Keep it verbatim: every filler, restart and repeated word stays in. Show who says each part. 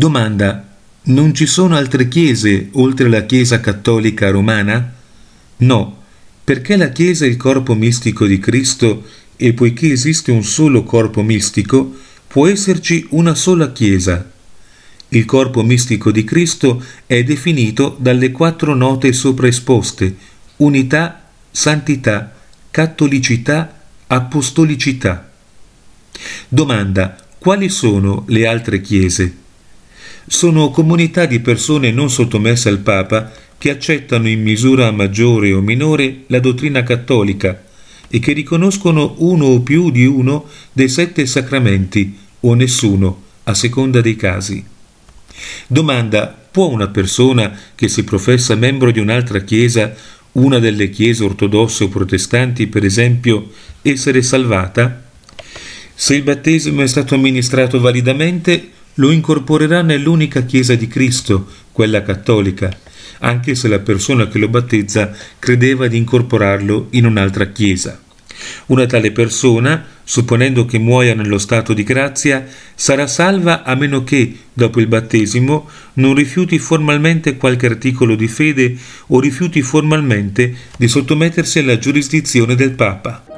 Speaker 1: Domanda: non ci sono altre chiese oltre la Chiesa cattolica romana? No, perché la Chiesa è il corpo mistico di Cristo e poiché esiste un solo corpo mistico, può esserci una sola Chiesa. Il corpo mistico di Cristo è definito dalle quattro note sopra esposte: unità, santità, cattolicità, apostolicità. Domanda: quali sono le altre chiese? Sono comunità di persone non sottomesse al Papa che accettano in misura maggiore o minore la dottrina cattolica e che riconoscono uno o più di uno dei sette sacramenti o nessuno, a seconda dei casi. Domanda: può una persona che si professa membro di un'altra chiesa, una delle chiese ortodosse o protestanti per esempio, essere salvata? Se il battesimo è stato amministrato validamente, lo incorporerà nell'unica Chiesa di Cristo, quella cattolica, anche se la persona che lo battezza credeva di incorporarlo in un'altra Chiesa. Una tale persona, supponendo che muoia nello stato di grazia, sarà salva a meno che, dopo il battesimo, non rifiuti formalmente qualche articolo di fede o rifiuti formalmente di sottomettersi alla giurisdizione del Papa.